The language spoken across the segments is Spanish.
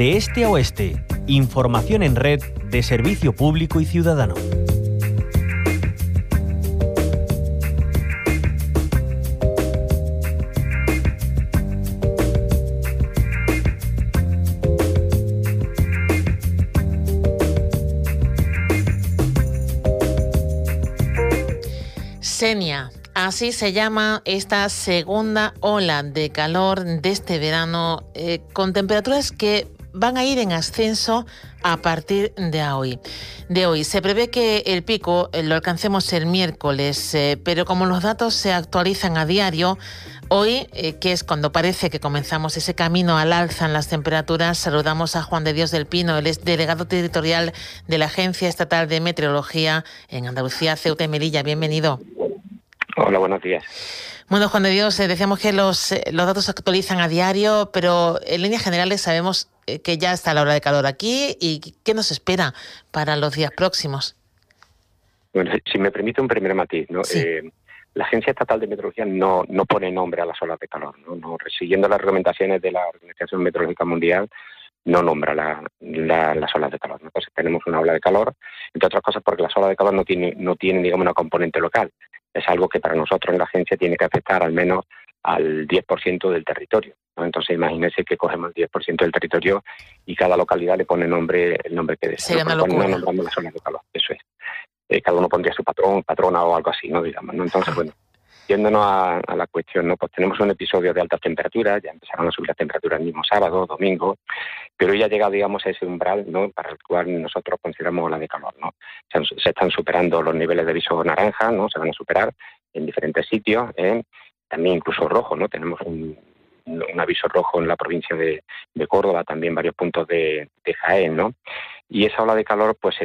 de este a oeste. Información en red de servicio público y ciudadano. Xenia, así se llama esta segunda ola de calor de este verano, con temperaturas que van a ir en ascenso a partir de hoy. Se prevé que el pico lo alcancemos el miércoles, pero como los datos se actualizan a diario, hoy, que es cuando parece que comenzamos ese camino al alza en las temperaturas, saludamos a Juan de Dios del Pino, él es delegado territorial de la Agencia Estatal de Meteorología en Andalucía, Ceuta y Melilla. Bienvenido. Hola, buenos días. Bueno, Juan de Dios, decíamos que los datos se actualizan a diario, pero en líneas generales sabemos que ya está la hora de calor aquí y ¿qué nos espera para los días próximos? Bueno, si me permite un primer matiz, ¿no? Sí. La Agencia Estatal de Meteorología no pone nombre a las olas de calor, ¿no? Siguiendo las recomendaciondes de la Organización Meteorológica Mundial, no nombra las olas de calor, ¿no? Entonces tenemos una ola de calor, entre otras cosas porque las olas de calor no tienen, digamos, una componente local. Es algo que para nosotros en la agencia tiene que afectar al menos al 10% del territorio, ¿no? Entonces imagínense que cogemos el 10% del territorio y cada localidad le pone el nombre que desea. Sería una locura. No nombramos las olas de calor, eso es. Cada uno pondría su patrona o algo así, ¿no? Digamos, ¿no? Entonces, bueno, yéndonos a la cuestión, ¿no? Pues tenemos un episodio de altas temperaturas, ya empezaron a subir las temperaturas el mismo sábado, domingo, pero ya ha llegado, digamos, a ese umbral, ¿no? Para el cual nosotros consideramos ola de calor, ¿no? Se están superando los niveles de aviso naranja, ¿no? Se van a superar en diferentes sitios, también incluso rojo, ¿no? Tenemos un aviso rojo en la provincia de Córdoba, también varios puntos de Jaén, ¿no? Y esa ola de calor, pues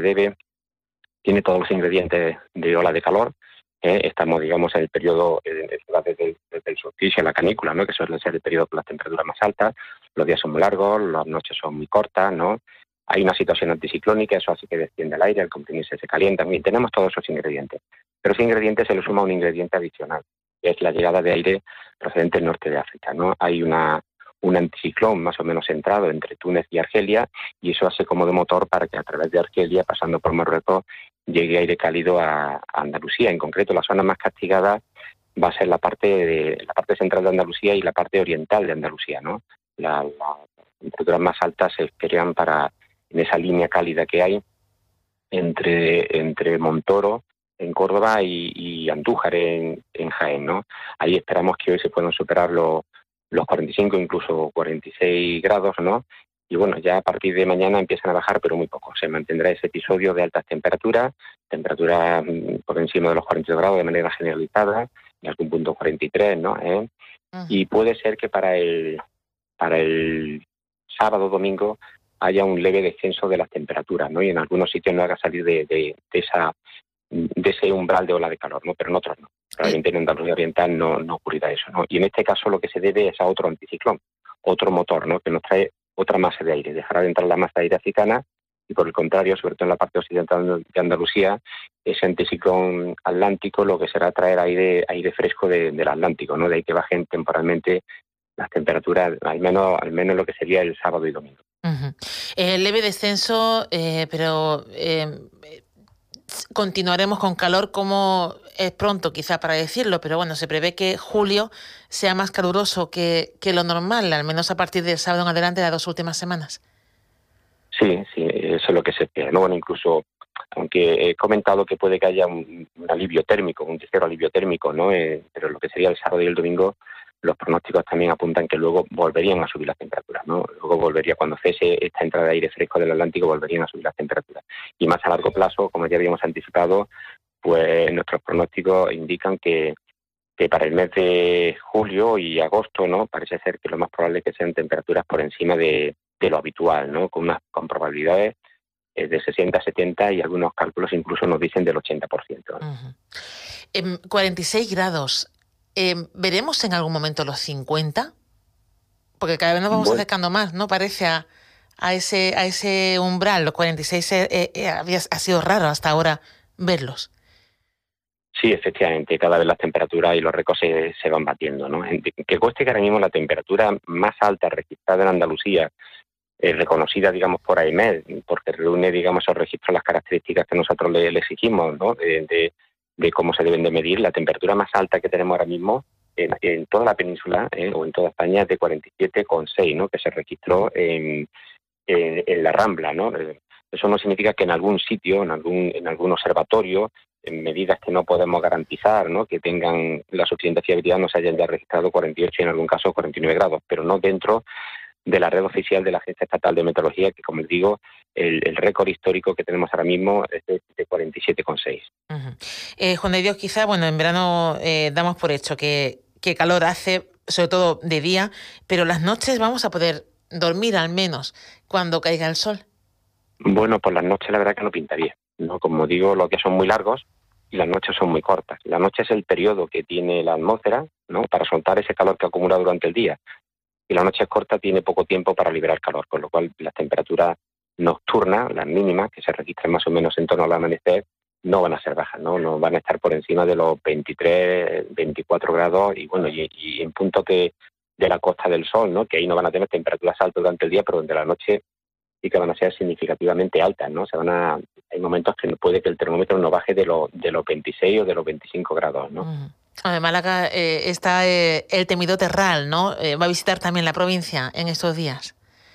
tiene todos los ingredientes de ola de calor. Estamos, digamos, en el periodo desde el solsticio, la canícula, ¿no? Que suele ser el periodo con las temperaturas más altas. Los días son muy largos, las noches son muy cortas, ¿no? Hay una situación anticiclónica, eso hace que descienda el aire, al comprimirse se calienta. Y tenemos todos esos ingredientes. Pero ese ingrediente se le suma un ingrediente adicional, que es la llegada de aire procedente del norte de África, ¿no? Hay un anticiclón más o menos centrado entre Túnez y Argelia, y eso hace como de motor para que a través de Argelia, pasando por Marruecos, llegue aire cálido a Andalucía. En concreto, la zona más castigada va a ser la parte central de Andalucía y la parte oriental de Andalucía, ¿no? Las temperaturas más altas se esperan en esa línea cálida que hay entre Montoro, en Córdoba, y Andújar, en Jaén, ¿no? Ahí esperamos que hoy se puedan superar los 45, incluso 46 grados, ¿no? Y bueno, ya a partir de mañana empiezan a bajar, pero muy poco. Se mantendrá ese episodio de altas temperaturas por encima de los 42 grados de manera generalizada, en algún punto 43, ¿no? Y puede ser que para el sábado, domingo, haya un leve descenso de las temperaturas, ¿no? Y en algunos sitios no haga salir de ese umbral de ola de calor, ¿no? Pero en otros no. Realmente en Andalucía Oriental no ocurrirá eso, ¿no? Y en este caso lo que se debe es a otro anticiclón, otro motor, ¿no? Que nos trae otra masa de aire. Dejará de entrar la masa de aire africana y, por el contrario, sobre todo en la parte occidental de Andalucía, ese anticiclón atlántico lo que será traer aire fresco del Atlántico, ¿no? De ahí que bajen temporalmente las temperaturas, al menos lo que sería el sábado y domingo. Uh-huh. Leve descenso, pero continuaremos con calor, como es pronto quizá para decirlo, pero bueno, se prevé que julio sea más caluroso que lo normal, al menos a partir del sábado en adelante de las 2 últimas semanas. Sí, eso es lo que se espera, ¿no? Bueno, incluso, aunque he comentado que puede que haya un alivio térmico, un ligero alivio térmico, ¿no? Pero lo que sería el sábado y el domingo, los pronósticos también apuntan que luego volverían a subir las temperaturas, ¿no? Luego cuando cese esta entrada de aire fresco del Atlántico, volverían a subir las temperaturas. Y más a largo plazo, como ya habíamos anticipado, pues nuestros pronósticos indican que para el mes de julio y agosto, ¿no? Parece ser que lo más probable es que sean temperaturas por encima de lo habitual, ¿no? Con probabilidades de 60, 70 y algunos cálculos incluso nos dicen del 80%. Uh-huh. 46 grados. ¿Veremos en algún momento los 50? Porque cada vez nos vamos acercando más, ¿no? Parece a ese umbral. Los 46 ha sido raro hasta ahora verlos. Sí, efectivamente, cada vez las temperaturas y los récords se van batiendo, ¿no? Que conste que ahora mismo la temperatura más alta registrada en Andalucía reconocida, digamos, por AEMET, porque reúne, digamos, esos registros, las características que nosotros le exigimos, ¿no? De cómo se deben de medir. La temperatura más alta que tenemos ahora mismo en toda la península o en toda España es de 47,6, ¿no? Que se registró en la Rambla, ¿no? Eso no significa que en algún sitio, en algún observatorio, en medidas que no podemos garantizar, ¿no? Que tengan la suficiente fiabilidad, no se hayan ya registrado 48 y en algún caso 49 grados, pero no dentro de la red oficial de la Agencia Estatal de Meteorología, que, como les digo, el récord histórico que tenemos ahora mismo es de 47,6. Juan de Dios, quizá, bueno, en verano damos por hecho que calor hace, sobre todo de día, pero las noches vamos a poder dormir al menos cuando caiga el sol. Bueno, por las noches la verdad que no pintaría, ¿no? Como digo, los días son muy largos y las noches son muy cortas. La noche es el periodo que tiene la atmósfera, ¿no? Para soltar ese calor que acumula durante el día. Y la noche es corta, tiene poco tiempo para liberar calor, con lo cual las temperaturas nocturnas, las mínimas, que se registran más o menos en torno al amanecer, no van a ser bajas, no van a estar por encima de los 23, 24 grados y bueno, y en puntos de la Costa del Sol, ¿no? Que ahí no van a tener temperaturas altas durante el día, pero durante la noche sí que van a ser significativamente altas, ¿no? Hay momentos que puede que el termómetro no baje de los 26 o de los 25 grados, ¿no? En Málaga está el temido Terral, ¿no? Va a visitar también la provincia en estos días.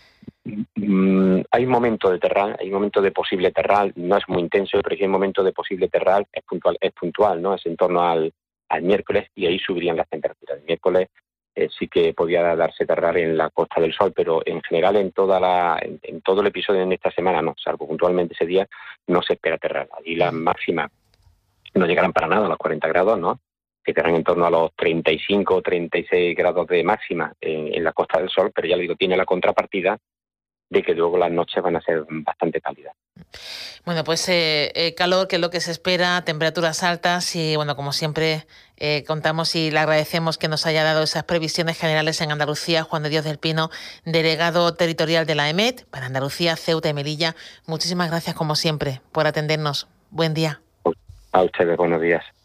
Hay un momento de terral, hay un momento de posible terral, no es muy intenso, pero si hay un momento de posible terral, es puntual, ¿no? Es en torno al miércoles y ahí subirían las temperaturas. El miércoles sí que podía darse terral en la Costa del Sol, pero en general en todo el episodio en esta semana, no, salvo puntualmente ese día, no se espera terral. Allí las máximas no llegarán para nada a los 40 grados, ¿no? Que quedarán en torno a los 35 o 36 grados de máxima en la Costa del Sol, pero ya le digo, tiene la contrapartida de que luego las noches van a ser bastante cálidas. Bueno, pues calor, que es lo que se espera, temperaturas altas y, bueno, como siempre contamos y le agradecemos que nos haya dado esas previsiones generales en Andalucía. Juan de Dios del Pino, delegado territorial de la AEMET para Andalucía, Ceuta y Melilla. Muchísimas gracias, como siempre, por atendernos. Buen día. A ustedes, buenos días.